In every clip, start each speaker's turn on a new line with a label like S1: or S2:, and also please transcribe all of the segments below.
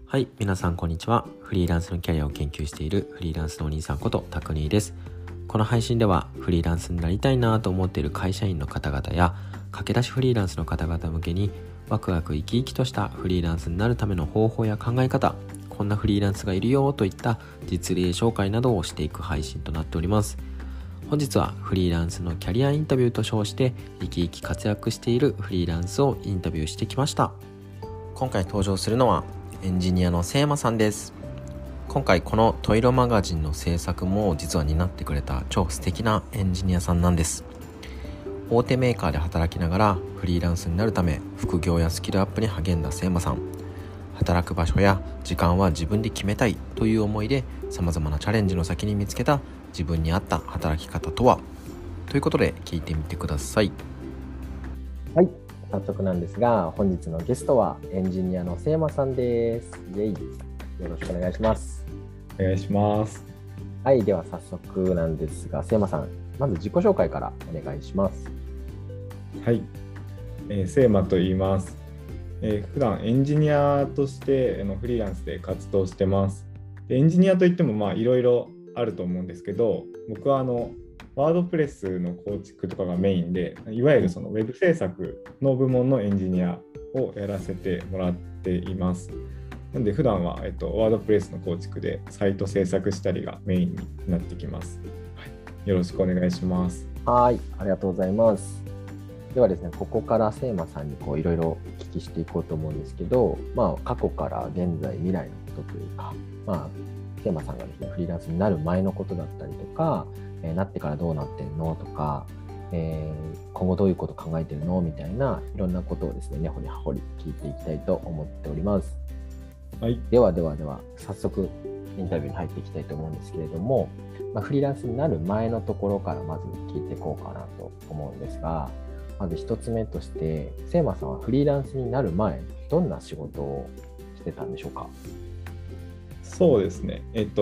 S1: はい、皆さんこんにちは。フリーランスのキャリアを研究しているフリーランスのお兄さんことタクニーです。この配信ではフリーランスになりたいなと思っている会社員の方々や駆け出しフリーランスの方々向けにワクワク生き生きとしたフリーランスになるための方法や考え方、こんなフリーランスがいるよといった実例紹介などをしていく配信となっております。本日はフリーランスのキャリアインタビューと称して生き生き活躍しているフリーランスをインタビューしてきました。今回登場するのはエンジニアのせいまさんです。今回このトイロマガジンの制作も実は担ってくれた超素敵なエンジニアさんなんです。大手メーカーで働きながらフリーランスになるため副業やスキルアップに励んだせいまさん。働く場所や時間は自分で決めたいという思いで様々なチャレンジの先に見つけた自分に合った働き方とは、ということで聞いてみてください。
S2: はい、早速なんですが、本日のゲストはエンジニアのせいまさんです。イエイ、よろしくお願いします。
S3: お願いします。
S2: はい、では早速なんですが、せいまさん、まず自己紹介からお願いします。
S3: はい、せいまと言います。普段エンジニアとしてフリーランスで活動してます。でエンジニアといってもいろいろあると思うんですけど、僕はワードプレスの構築とかがメインで、いわゆるそのウェブ制作の部門のエンジニアをやらせてもらっています。なので普段は、ワードプレスの構築でサイト制作したりがメインになってきます。はい、よろしくお願いします。
S2: はい、ありがとうございます。ではですね、ここからせいまさんにいろいろお聞きしていこうと思うんですけど、過去から現在未来のことというか、せいまさんがですね、フリーランスになる前のことだったりとか、なってからどうなってるのとか、今後どういうこと考えてるのみたいないろんなことをですね、根掘り葉掘り聞いていきたいと思っております。
S3: はい、
S2: では早速インタビューに入っていきたいと思うんですけれども、フリーランスになる前のところからまず聞いていこうかなと思うんですが、まず一つ目として、せいまさんはフリーランスになる前、どんな仕事をしてたんでしょうか？
S3: そうですね、全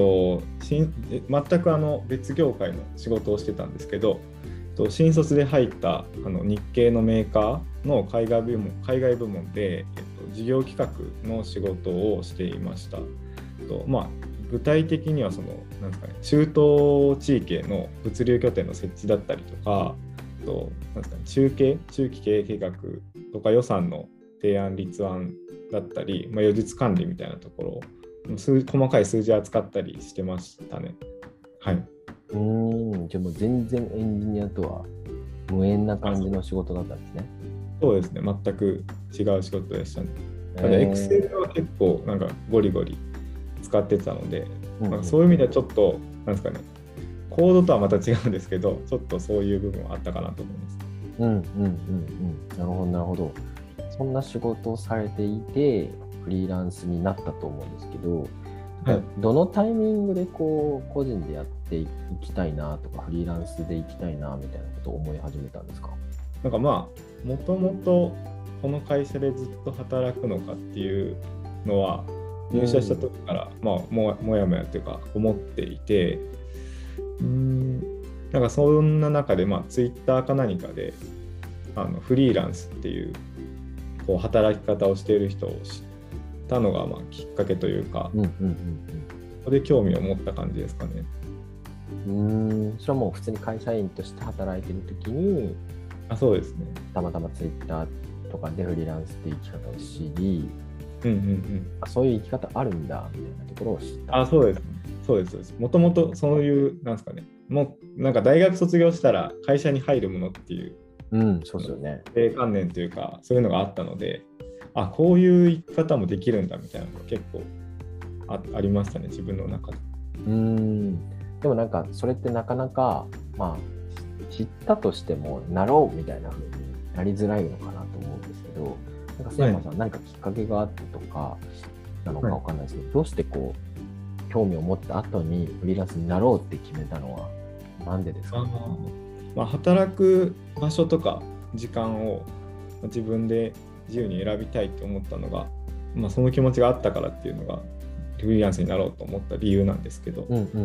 S3: く別業界の仕事をしてたんですけど、新卒で入った日系のメーカーの海外部門で、事業企画の仕事をしていました。具体的にはなんですかね、中東地域への物流拠点の設置だったりとか、なんですかね、中期経営計画とか予算の提案立案だったり、予実管理みたいなところを細かい数字扱ったりしてましたね。はい。
S2: じゃあもう全然エンジニアとは無縁な感じの仕事だったんですね。
S3: そうですね、全く違う仕事でしたね。Excel は結構ゴリゴリ使ってたので、そういう意味ではちょっとなんですかね、コードとはまた違うんですけど、ちょっとそういう部分はあったかなと思います。
S2: なるほど。そんな仕事をされていてフリーランスになったと思うんですけど、はい、どのタイミングで個人でやっていきたいなとかフリーランスでいきたいなみたいなことを思い始めたんですか？
S3: もともとこの会社でずっと働くのかっていうのは入社した時からもやもやというか思っていて、そんな中でツイッターか何かでフリーランスっていう働き方をしている人を知ったのがきっかけというか、そこで興味を持った感じですかね。
S2: それはもう普通に会社員として働いてる時に、
S3: そうですね、
S2: たまたまツイッターとかでフリーランスっていう生き方を知り、そういう生き方あるんだみたいなところを知った。
S3: そうですね、そうです。もともとそういうなんですかね、もう大学卒業したら会社に入るものっていう、
S2: そうですよね。
S3: 観念というかそういうのがあったので、こういう生き方もできるんだみたいなのが結構 ありましたね、自分の中で。
S2: でもそれってなかなか知ったとしてもなろうみたいな風になりづらいのかなと思うんですけど、せいまさん、何かきっかけがあってとかなのかわかんないですけど、どうして興味を持った後にフリーランスになろうって決めたのはなんでですか？
S3: 働く場所とか時間を自分で自由に選びたいって思ったのが、その気持ちがあったからっていうのがフリーランスになろうと思った理由なんですけど、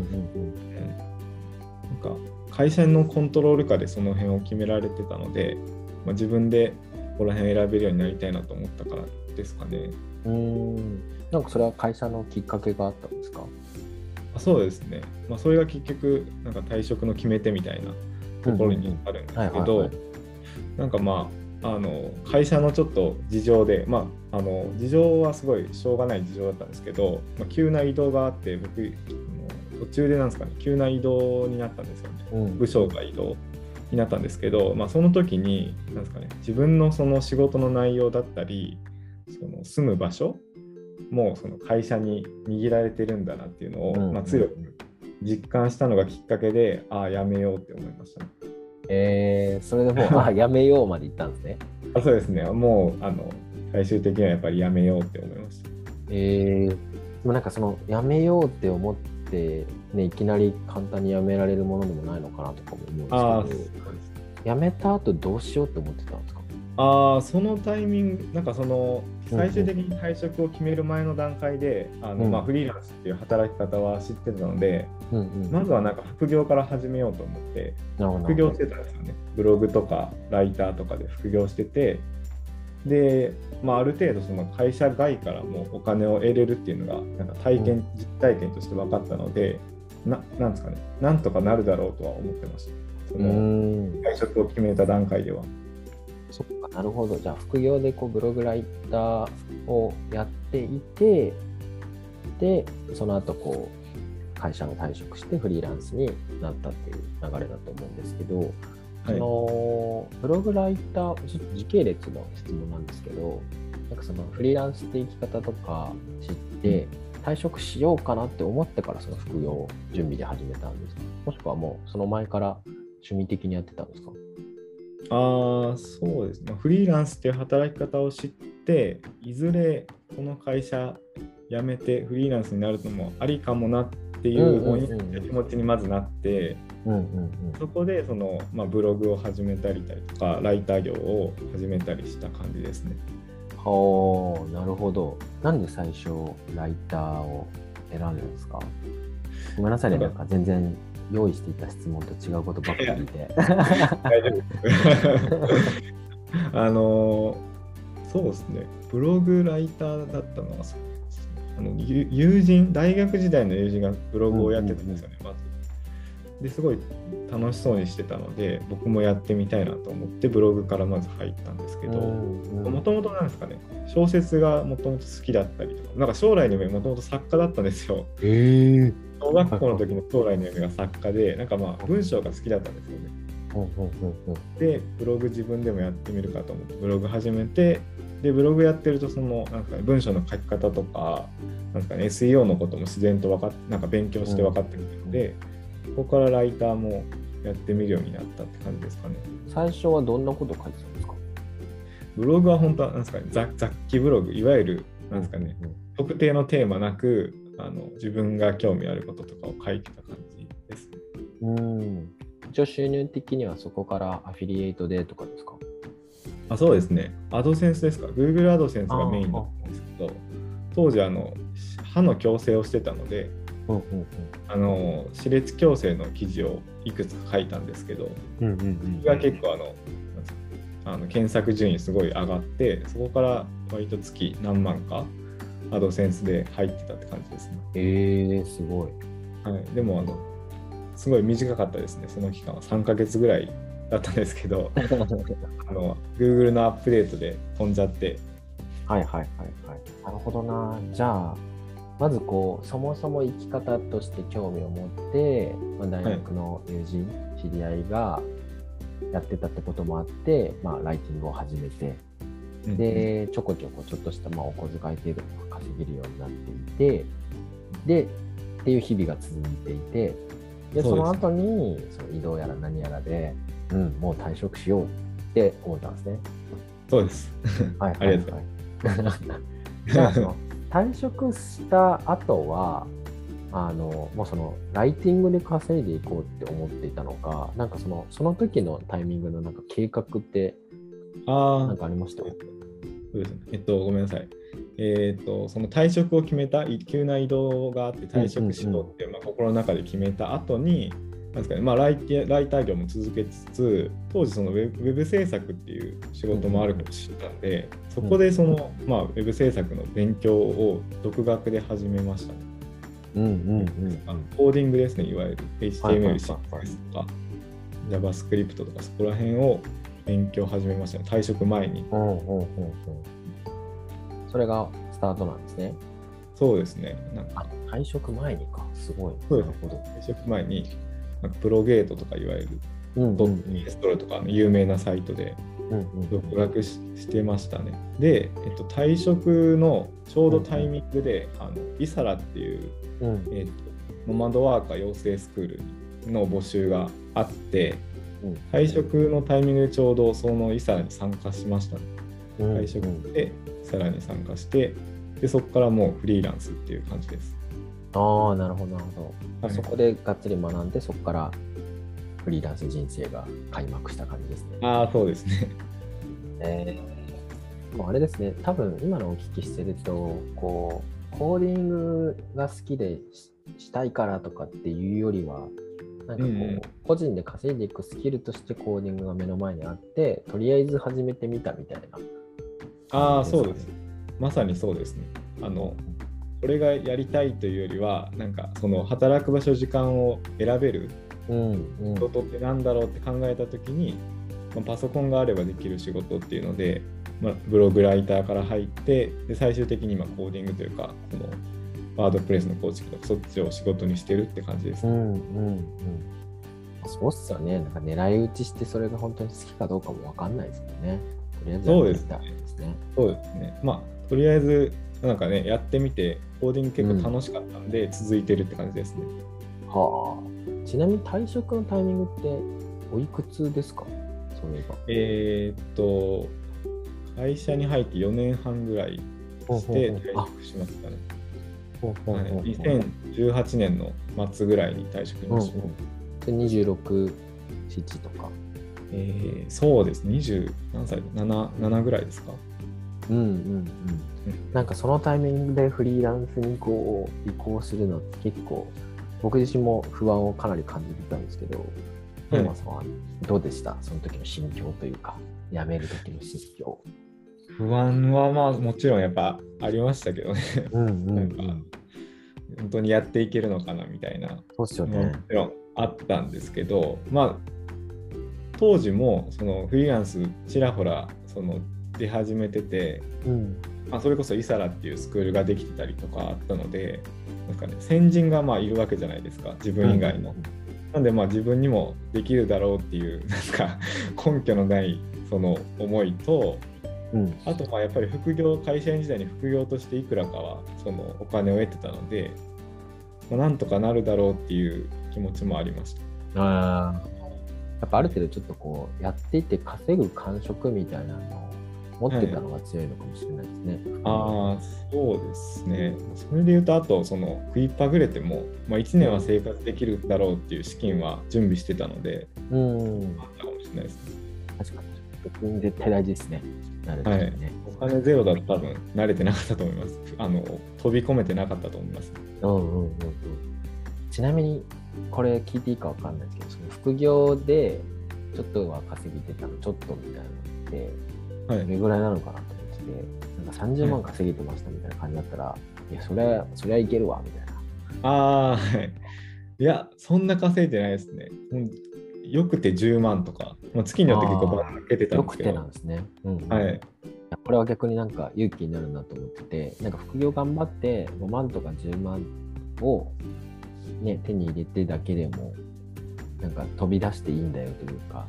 S3: 会社のコントロール下でその辺を決められてたので、自分でここら辺を選べるようになりたいなと思ったからですかね。
S2: なんかそれは会社のきっかけがあったんですか？
S3: そうですね。それが結局なんか退職の決め手みたいなところにあるんですけど、なんか会社のちょっと事情で、事情はすごいしょうがない事情だったんですけど、急な移動があって僕途中でなんですかね、急な移動になったんですよね。部署が移動になったんですけど、その時になんですかね、自分のその仕事の内容だったり、その住む場所もうその会社に握られてるんだなっていうのを、強く実感したのがきっかけで、やめようって思いましたね。
S2: それでもうやめようまで行ったんですね。
S3: そうですね。もう最終的にはやっぱりやめようって思いました。
S2: でもなんかそのやめようって思って、ね、いきなり簡単にやめられるものでもないのかなとかも思うんですけど、やめた後どうしようって思ってたんですか？
S3: そのタイミング、なんかその最終的に退職を決める前の段階で、フリーランスっていう働き方は知ってたので、まずはなんか副業から始めようと思って副業してたんですよね。ブログとかライターとかで副業してて、で、ある程度その会社外からもお金を得れるっていうのがなんか実体験として分かったので、なんですかね、なんとかなるだろうとは思ってました。その退職を決めた段階では。
S2: そっか、なるほど。じゃあ副業でブログライターをやっていて、でその後会社を退職してフリーランスになったっていう流れだと思うんですけど、そのブログライター、ちょっと時系列の質問なんですけど、なんかそのフリーランスって生き方とか知って退職しようかなって思ってからその副業を準備で始めたんですか？もしくはもうその前から趣味的にやってたんですか？
S3: そうですね。フリーランスっていう働き方を知って、いずれこの会社辞めてフリーランスになるのもありかもなっていう気持ちにまずなって、そこでその、ブログを始めたりとかライター業を始めたりした感じですね。
S2: なるほど。なんで最初ライターを選んだんですか？ごめんなさいね、なんか全然用意していた質問と違うことばっかり聞いて。
S3: 大丈夫ですそうですね。ブログライターだったのは友人、大学時代の友人がブログをやってたんですよね、まず。ですごい楽しそうにしてたので、僕もやってみたいなと思ってブログからまず入ったんですけど、もともとなんですかね、小説がもともと好きだったりとか、なんか将来の夢もともと作家だったんですよ。小学校の時の将来の夢が作家で、なんか文章が好きだったんですよね。で、ブログ自分でもやってみるかと思ってブログ始めて、でブログやってるとなんか文章の書き方とか、なんかね、SEO のことも自然となんか勉強して分かってくるので、ここからライターもやってみるようになったって感じですかね。
S2: 最初はどんなこと書いてたんですか？
S3: ブログは本当はなんですかね、雑記ブログ、いわゆるなんですかね、特定のテーマなく自分が興味あることとかを書いてた感じですね。
S2: 一応収入的にはそこからアフィリエイトでとかですか？
S3: そうですね。アドセンスですか。Google アドセンスがメインだったんですけど、当時歯の矯正をしてたので、歯列矯正の記事をいくつか書いたんですけど、それが結構検索順位すごい上がって、そこから割と月何万かアドセンスで入ってたって感じですね。
S2: すごい。
S3: でもすごい短かったですね。その期間は3ヶ月ぐらいだったんですけどGoogle のアップデートで飛んじゃって。
S2: なるほどな。じゃあまずそもそも生き方として興味を持って、大学の友人、知り合いがやってたってこともあって、ライティングを始めて、でちょこちょっとしたお小遣い程度が稼げるようになっていて、でっていう日々が続いていて、でその後にその移動やら何やらで、もう退職しようって思ったんですね。
S3: そうです。ありがとうございます。
S2: じゃあ退職した後はもうそのライティングで稼いでいこうって思っていたのか、なんかその時のタイミングのなんか計画ってなんかありました？
S3: そうですね。ごめんなさい。その退職を決めた急な移動があって退職しようっていう、心の中で決めた後にですかね、ライター業も続けつつ、当時そのウェブ制作っていう仕事もあることを知ったんで、そこでその、ウェブ制作の勉強を独学で始めましたね。コーディングですね、いわゆる HTML、CSS とか JavaScript とかそこら辺を勉強始めましたね、退職前に。
S2: それがスタートなんですね。
S3: そうですね。
S2: 退職前にか、すごい。
S3: そうですね。退職前にプロゲートとかいわゆるドットインストロとかの有名なサイトで独学してましたね。で、退職のちょうどタイミングで、イサラっていう、ノマドワーカー養成スクールの募集があって、退職のタイミングでちょうどそのイサラに参加しましたね。退職でイサラに参加して、でそこからもうフリーランスっていう感じです。
S2: ああ、なるほどなるほど、そこでがっつり学んで、そこからフリーランス人生が開幕した感じですね。
S3: ああ、そうですね。
S2: もうあれですね、多分今のお聞きしてると、コーディングが好きでしたいからとかっていうよりは、なんか個人で稼いでいくスキルとしてコーディングが目の前にあって、とりあえず始めてみたみたいな。
S3: ああ、そうです。まさにそうですね。これがやりたいというよりは、なんかその働く場所、時間を選べる仕事ってなんだろうって考えたときに、パソコンがあればできる仕事っていうので、ブログライターから入って、で最終的に今コーディングというか、このワードプレスの構築とか、そっちを仕事にしてるって感じです。
S2: そうっすよね。なんか狙い撃ちしてそれが本当に好きかどうかも分かんないですよね。とりあえずやってみたいですね。
S3: そうですね。とりあえずなんかね、やってみてコーディング結構楽しかったんで、続いてるって感じですね。
S2: はあ。ちなみに退職のタイミングっておいくつですか？それが。
S3: 会社に入って4年半ぐらいして退職しましたね。2018年の末ぐらいに退職しました。
S2: 26、7とか。
S3: そうですね。20何歳 7ぐらいですか。
S2: なんかそのタイミングでフリーランスに移行するのって結構僕自身も不安をかなり感じてたんですけど、テーマさんはどうでした？その時の心境というか、辞める時の心境。
S3: 不安はもちろんやっぱありましたけどね。なんか本当にやっていけるのかなみたいな。
S2: そうですよね。
S3: もちろんあったんですけど、当時もそのフリーランスちらほら出始めてて、それこそイサラっていうスクールができてたりとかあったので、なんかね、先人がいるわけじゃないですか、自分以外の。なんで自分にもできるだろうっていうなんか根拠のないその思いと、あとやっぱり会社員時代に副業としていくらかはそのお金を得てたので、なんとかなるだろうっていう気持ちもありました。
S2: やっぱある程度ちょっとやっていて稼ぐ感触みたいなのを持ってたのが強いのかもしれないですね。
S3: そうですね。それでいうと、あと食いっぱぐれても、1年は生活できるだろうっていう資金は準備してたので、あったかもしれないですね。
S2: 確かに絶対大事ですね。
S3: お金ゼロだと多分慣れてなかったと思います。飛び込めてなかったと思います。
S2: ちなみにこれ聞いていいかわかんないですけど、その副業でちょっとは稼ぎてたの、ちょっとみたいなのってどれぐらいなのかなと思ってて、なんか30万稼げてましたみたいな感じだったら、いやそりゃいけるわみたいな。
S3: いやそんな稼いでないですね。よくて10万とか、月によって結構ばらけてたんですけど。
S2: よくてなんですね。これは逆になんか勇気になるなと思ってて、なんか副業頑張って5万とか10万を、手に入れてだけでもなんか飛び出していいんだよというか。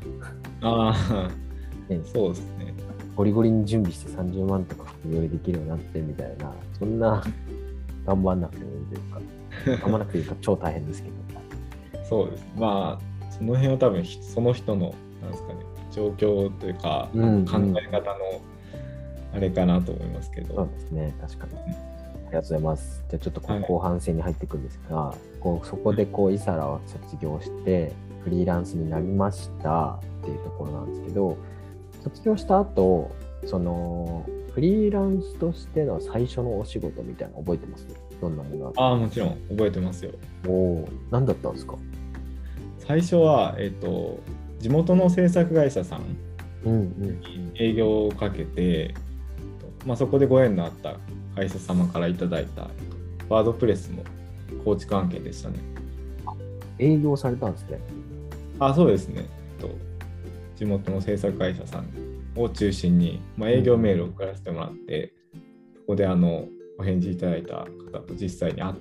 S3: そうですね。
S2: ゴリゴリに準備して30万とか副業でできるようになってみたいな、そんな頑張んなくてもいいというか、頑張らなくていいか超大変ですけど。
S3: そうです。その辺は多分その人のなんですかね、状況というか、考え方のあれかなと思いますけど。
S2: そうですね、確かに。ありがとうございます。じゃあちょっと後半戦に入っていくんですが、そこでイサラを卒業してフリーランスになりましたっていうところなんですけど、卒業した後、フリーランスとしての最初のお仕事みたいなの覚えてます？どんなものだった？
S3: もちろん覚えてますよ。
S2: 何だったんですか？
S3: 最初は、地元の制作会社さん
S2: うん
S3: に営業をかけて、そこでご縁のあった会社様からいただいたワードプレスの構築案件でしたね。
S2: 営業されたんですね。
S3: そうですね。地元の制作会社さんを中心に、営業メールを送らせてもらって、そこでお返事いただいた方と実際に会って、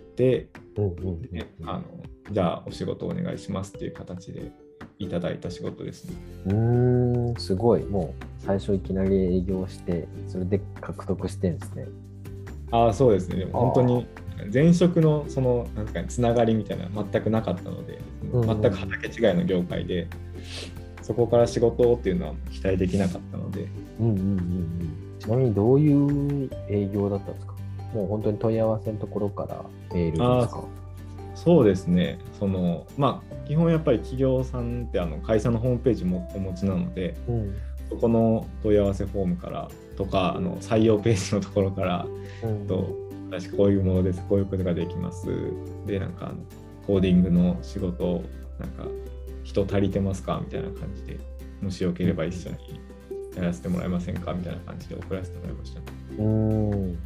S3: じゃあお仕事お願いしますっていう形でいただいた仕事ですね。
S2: すごい。もう最初いきなり営業して、それで獲得してるんですね。
S3: そうですね。でも本当に前職のそのなんかつながりみたいなのは全くなかったので、全く畑違いの業界で、そこから仕事っていうのは期待できなかったので。
S2: ちなみにどういう営業だったんですか？もう本当に問い合わせのところからメールですか？
S3: そうですね。基本やっぱり企業さんって会社のホームページもお持ちなので、そこの問い合わせフォームからとか採用ページのところから、私こういうものです、こういうことができます。で、コーディングの仕事、人足りてますかみたいな感じで、もしよければ一緒にやらせてもらえませんかみたいな感じで送らせてもらいました。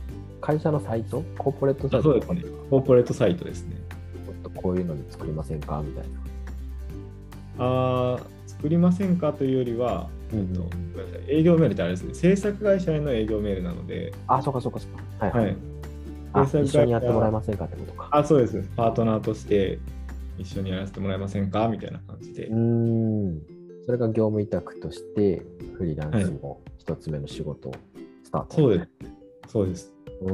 S2: 会社のサイト？コーポレートサイト？
S3: そうですね。コーポレートサイトですね。
S2: ちょっとこういうのに作りませんかみたい
S3: な。作りませんかというよりは、営業メールってあれですね、制作会社への営業メールなので。
S2: そうか。はい。一緒にやってもらえませんかってことか。
S3: そうです。パートナーとして一緒にやらせてもらえませんかみたいな感じで。
S2: それが業務委託としてフリーランスの一つ目の仕事をスタート、
S3: そうです。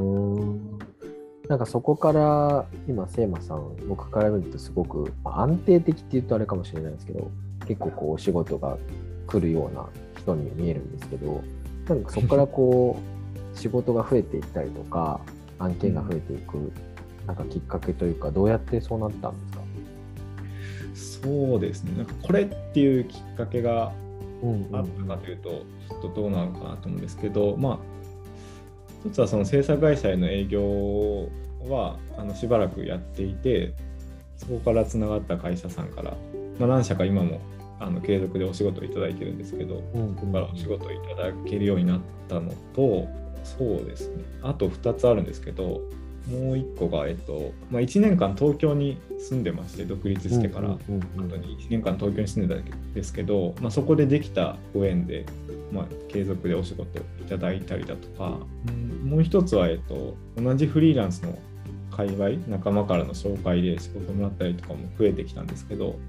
S2: そこから今セイマさん、僕から見るとすごく安定的って言うとあれかもしれないですけど、結構お仕事が来るような人に見えるんですけど、そこから仕事が増えていったりとか案件が増えていくきっかけというか、どうやってそうなったんですか？
S3: そうですね。これっていうきっかけがあったかというと、ちょっとどうなのかなと思うんですけど、一つはその制作会社への営業はしばらくやっていて、そこからつながった会社さんから、何社か今も継続でお仕事をいただいてるんですけど、そこからお仕事をいただけるようになったのと、そうですね、あと2つあるんですけど、もう1個が、1年間東京に住んでまして、独立してから後に1年間東京に住んでたんですけど、そこでできたご縁で、継続でお仕事をいただいたりだとか、もう一つは、同じフリーランスの界隈、仲間からの紹介で仕事もらったりとかも増えてきたんですけど、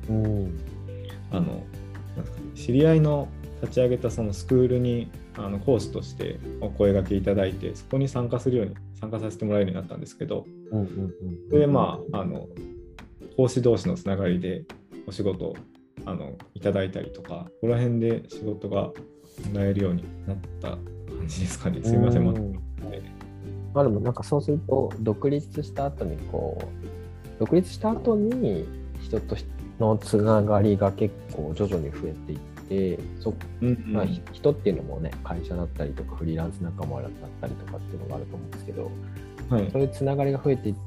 S3: 知り合いの立ち上げたそのスクールに講師としてお声掛けいただいて、そこに参加させてもらえるようになったんですけど、それで講師同士のつながりでお仕事をいただいたりとか、ここら辺で仕事がもらえるようになった感じですかね。すみません。で
S2: もそうすると独立した後に人とのつながりが結構徐々に増えていって、人っていうのもね、会社だったりとかフリーランス仲間だったりとかっていうのがあると思うんですけど、そういうつながりが増えていって、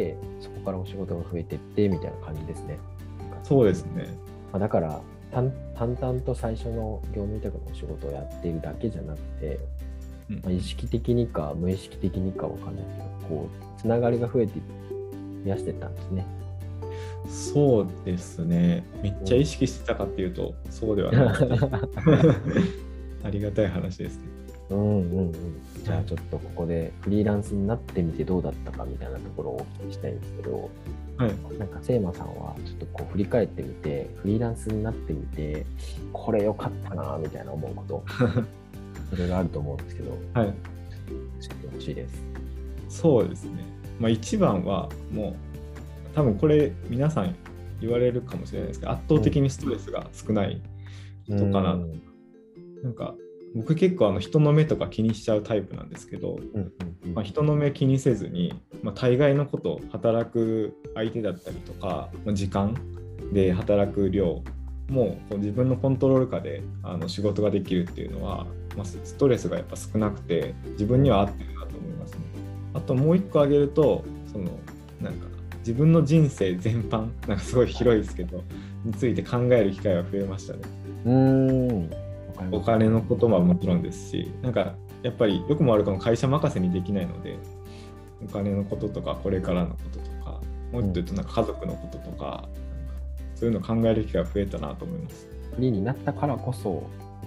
S2: そこからお仕事が増えていってみたいな感じですね。
S3: そうですね。
S2: だから淡々と最初の業務委託のお仕事をやっているだけじゃなくて、意識的にか無意識的にかわかんないけど、つながりが増やしていったんですね。
S3: そうですね。めっちゃ意識してたかっていうと、そうではなくてありがたい話ですね。
S2: じゃあちょっとここでフリーランスになってみてどうだったかみたいなところをお聞きしたいんですけど、セイマさんはちょっと振り返ってみて、フリーランスになってみてこれ良かったなみたいな思うこといろいろあると思うんですけど、教えてほしいです。
S3: そうですね。一番はもう多分これ皆さん言われるかもしれないですけど、圧倒的にストレスが少ない人かな。僕結構人の目とか気にしちゃうタイプなんですけど、人の目気にせずに、大概のこと働く相手だったりとか、時間で働く量も自分のコントロール下で仕事ができるっていうのは、ストレスがやっぱ少なくて自分には合ってるなと思いますね。あともう一個挙げると、自分の人生全般、すごい広いですけど、 について考える機会が増えましたね。
S2: わかります。
S3: お金のことはもちろんですし、なんかやっぱり良くも悪くも会社任せにできないので、お金のこととかこれからのこととか、もうちょっと言うとなんか家族のこととか、なんかそういうのを考える機会が増えたなと思います。
S2: フリーになったからこそ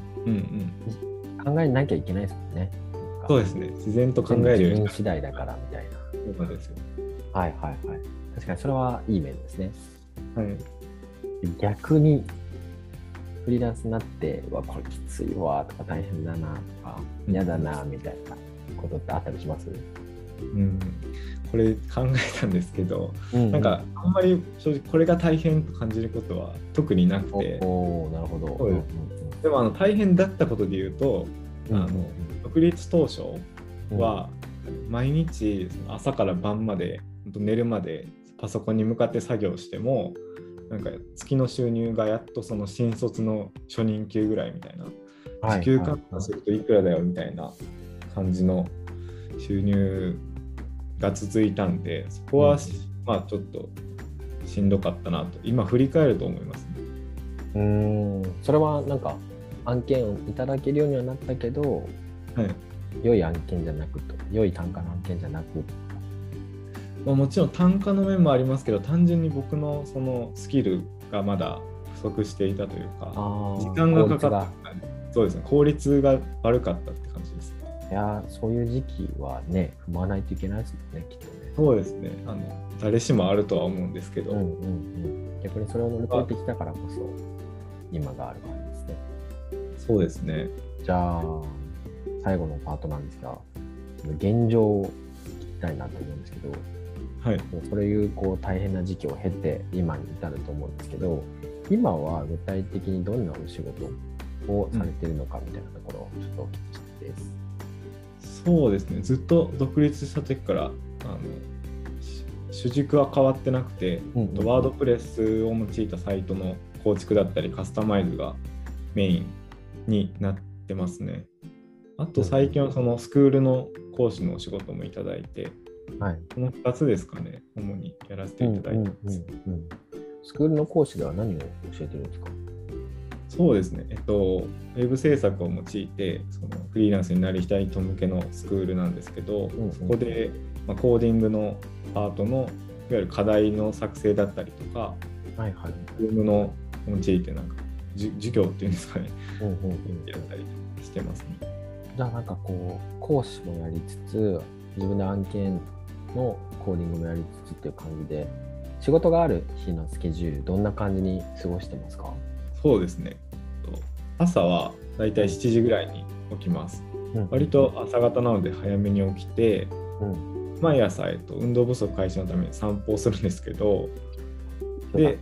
S2: 考えなきゃいけないですもんね。
S3: そうですね。自然と考えるように
S2: 自分次第だからみたいな。
S3: そうなんですよ。
S2: はいはいはい。確かにそれはいい面ですね。
S3: はい。
S2: 逆にフリーランスになってこれきついわとか大変だなとか嫌だなみたいなことってあったりします？
S3: これ考えたんですけど、なんかあんまり正直これが大変と感じることは特になくて。
S2: なるほど。
S3: でも大変だったことで言うと、独立当初は毎日朝から晩まで寝るまでパソコンに向かって作業しても、なんか月の収入がやっとその新卒の初任給ぐらいみたいな、時給換算するといくらだよみたいな感じの収入が続いたんで、そこはまあちょっとしんどかったなと今振り返ると思いますね。
S2: それはなんか案件をいただけるようにはなったけど、良い案件じゃなくと、良い単価の案件じゃなく、
S3: もちろん単価の面もありますけど、単純に僕のそのスキルがまだ不足していたというか、時間がかかった。そうですね、効率が悪かったって感じです。
S2: いや、そういう時期はね、踏まないといけないですもんね、きっとね。
S3: そうですね、誰しもあるとは思うんですけど、
S2: 逆にそれを乗り越えてきたからこそ今がある感じですね。
S3: そうですね。
S2: じゃあ最後のパートなんですが、現状を聞きたいなと思うんですけど、そういう大変な時期を経て今に至ると思うんですけど、今は具体的にどんなお仕事をされているのかみたいなところをちょっとお聞きしたいです。
S3: そうですね、ずっと独立した時から主軸は変わってなくて、ワードプレスを用いたサイトの構築だったりカスタマイズがメインになってますね。あと最近はそのスクールの講師のお仕事もいただいて、この2つですかね、主にやらせていただいてます。
S2: スクールの講師では何を教えてるんですか？
S3: そうですね、ウェブ制作を用いてそのフリーランスになりたい人向けのスクールなんですけど、そこで、コーディングのパートのいわゆる課題の作成だったりとか、Zoom の用いてなんか授業っていうんですかね、やったりしてますね。
S2: じゃあなんか講師もやりつつ自分で案件のコーディングもやりつつっていう感じで、仕事がある日のスケジュールどんな感じに過ごしてますか？
S3: そうですね、朝はだいたい7時ぐらいに起きます。割と朝方なので早めに起きて、毎朝、運動不足解消のために散歩をするんですけど、で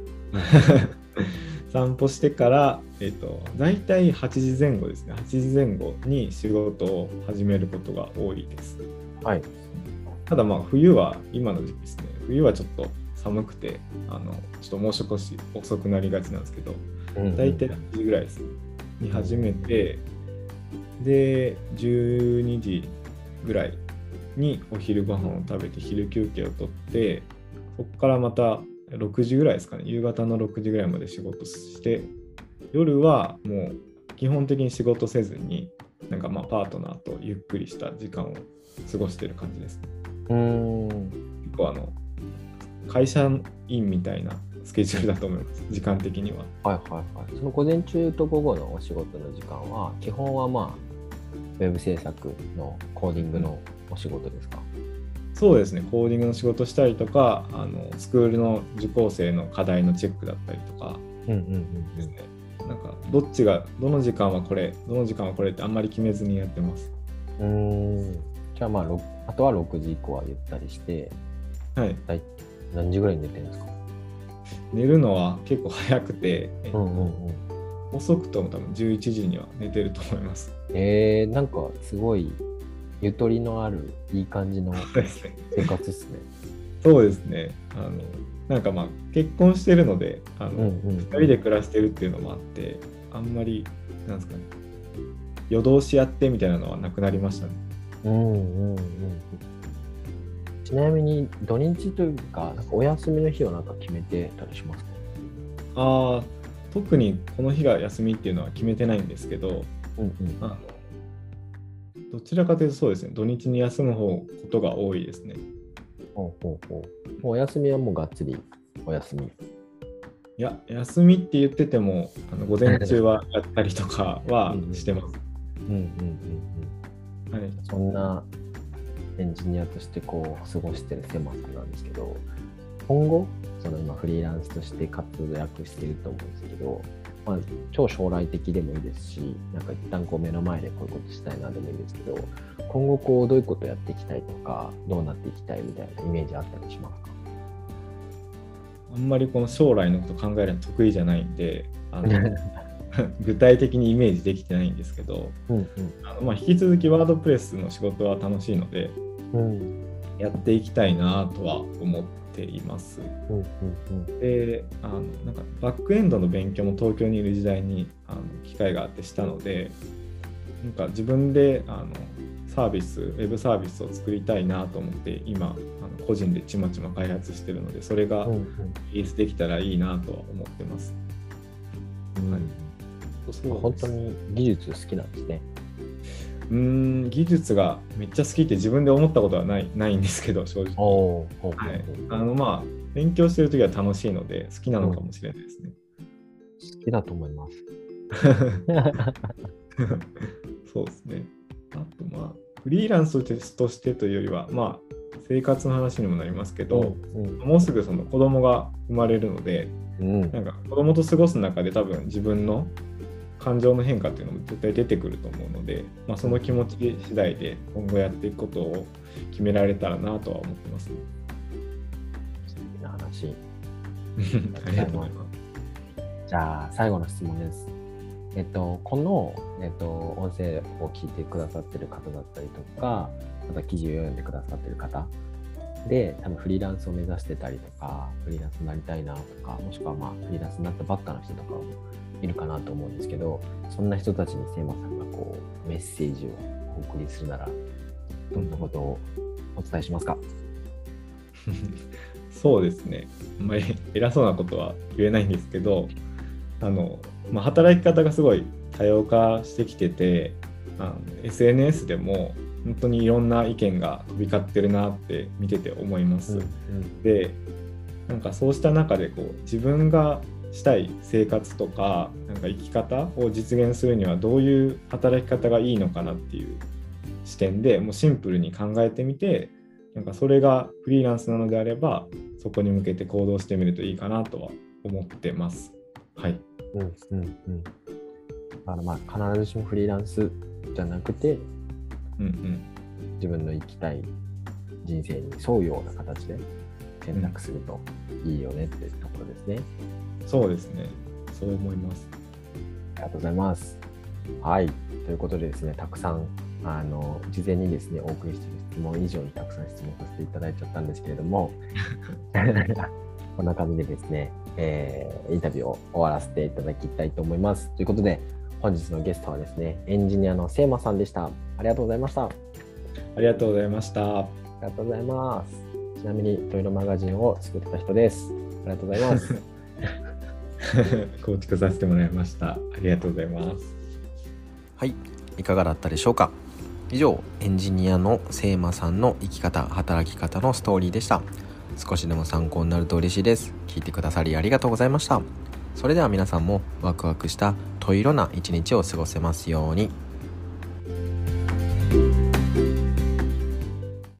S3: 散歩してから、だいたい8時前後ですね、8時前後に仕事を始めることが多いです。ただ冬は今の時期ですね、冬はちょっと寒くてちょっともう少し遅くなりがちなんですけど、だいたい8時ぐらいですねに始めて、で12時ぐらいにお昼ご飯を食べて昼休憩をとって、そこからまた6時ぐらいですかね、夕方の6時ぐらいまで仕事して、夜はもう基本的に仕事せずになんかパートナーとゆっくりした時間を過ごしている感じですね。結構会社員みたいなスケジュールだと思います、時間的には。
S2: その午前中と午後のお仕事の時間は基本はウェブ制作のコーディングのお仕事ですか？
S3: そうですね、コーディングの仕事したりとか、スクールの受講生の課題のチェックだったりとかですね。なんかどっちがどの時間はこれ、どの時間はこれってあんまり決めずにやってます。
S2: じゃああとは6時以降はゆったりして、何時ぐらいに寝てるんですか？
S3: 寝るのは結構早くて、遅くとも多分11時には寝てると思います。
S2: なんかすごいゆとりのあるいい感じの生活ですね。
S3: そうですね。なんか結婚してるので2人で暮らしてるっていうのもあって、あんまりなんですかね、夜通しやってみたいなのはなくなりましたね。ち
S2: なみに土日というか、なんかお休みの日はなんか決めてたりしますか？
S3: 特にこの日が休みっていうのは決めてないんですけど、どちらかというとそうですね、土日に休むことが多いですね。
S2: もうお休みはもうがっつりお休み。
S3: いや、休みって言ってても午前中はやったりとかはしてます。
S2: はい、そんなエンジニアとしてこう過ごしてるセマさんなんですけど、今後その今フリーランスとして活躍していると思うんですけど、超将来的でもいいですし、なんか一旦こう目の前でこういうことしたいなでもいいんですけど、今後こうどういうことをやっていきたいとか、どうなっていきたいみたいなイメージあったりしますか？
S3: あんまりこの将来のこと考えるの得意じゃないんで、具体的にイメージできてないんですけど、引き続きワードプレスの仕事は楽しいので、やっていきたいなとは思っています。で、なんかバックエンドの勉強も東京にいる時代に機会があってしたので、なんか自分でウェブサービスを作りたいなと思って今個人でちまちま開発してるので、それがリリースできたらいいなとは思ってます。
S2: 本当に技術好きなんですね。
S3: 技術がめっちゃ好きって自分で思ったことはないんですけど、正直。勉強してるときは楽しいので好きなのかもしれないですね。
S2: 好きだと思います。
S3: そうですね。あとフリーランスとしてというよりは生活の話にもなりますけど、もうすぐその子供が生まれるので、なんか子供と過ごす中で多分自分の感情の変化っていうのも絶対出てくると思うので、その気持ち次第で今後やっていくことを決められたらなとは思ってますね。
S2: 素敵な話。
S3: ありがとうございます。
S2: じゃあ最後の質問です。この、音声を聞いてくださってる方だったりとか、また記事を読んでくださってる方で、多分フリーランスを目指してたりとか、フリーランスになりたいなとか、もしくはフリーランスになったばっかの人とかもいるかなと思うんですけど、そんな人たちにセイマさんがこうメッセージをお送りするなら、どんなことをお伝えしますか？
S3: そうですね。あんまり偉そうなことは言えないんですけど、働き方がすごい多様化してきてて、SNS でも本当にいろんな意見が飛び交ってるなって見てて思います。で、なんかそうした中でこう自分がしたい生活とか、なんか生き方を実現するにはどういう働き方がいいのかなっていう視点でもうシンプルに考えてみて、なんかそれがフリーランスなのであればそこに向けて行動してみるといいかなとは思ってます。はい。
S2: 必ずしもフリーランスじゃなくて、自分の生きたい人生に沿うような形で選択するといいよねっていうところですね。
S3: そうですね。そう思います。
S2: ありがとうございます。はい。ということでですね、たくさん事前にですね、お送りしている質問以上にたくさん質問させていただいちゃったんですけれども、こんな感じでですね、インタビューを終わらせていただきたいと思います。ということで、本日のゲストはですね、エンジニアのセイマさんでした。ありがとうございました。
S3: ありがとうございました。
S2: ありがとうございます。ちなみに、トイロマガジンを作ってた人です。ありがとうございます。
S3: 構築させてもらいました。ありがとうございます。
S1: はい、いかがだったでしょうか。以上、エンジニアのセイマさんの生き方、働き方のストーリーでした。少しでも参考になると嬉しいです。聞いてくださりありがとうございました。それでは皆さんもワクワクしたトイロな一日を過ごせますように。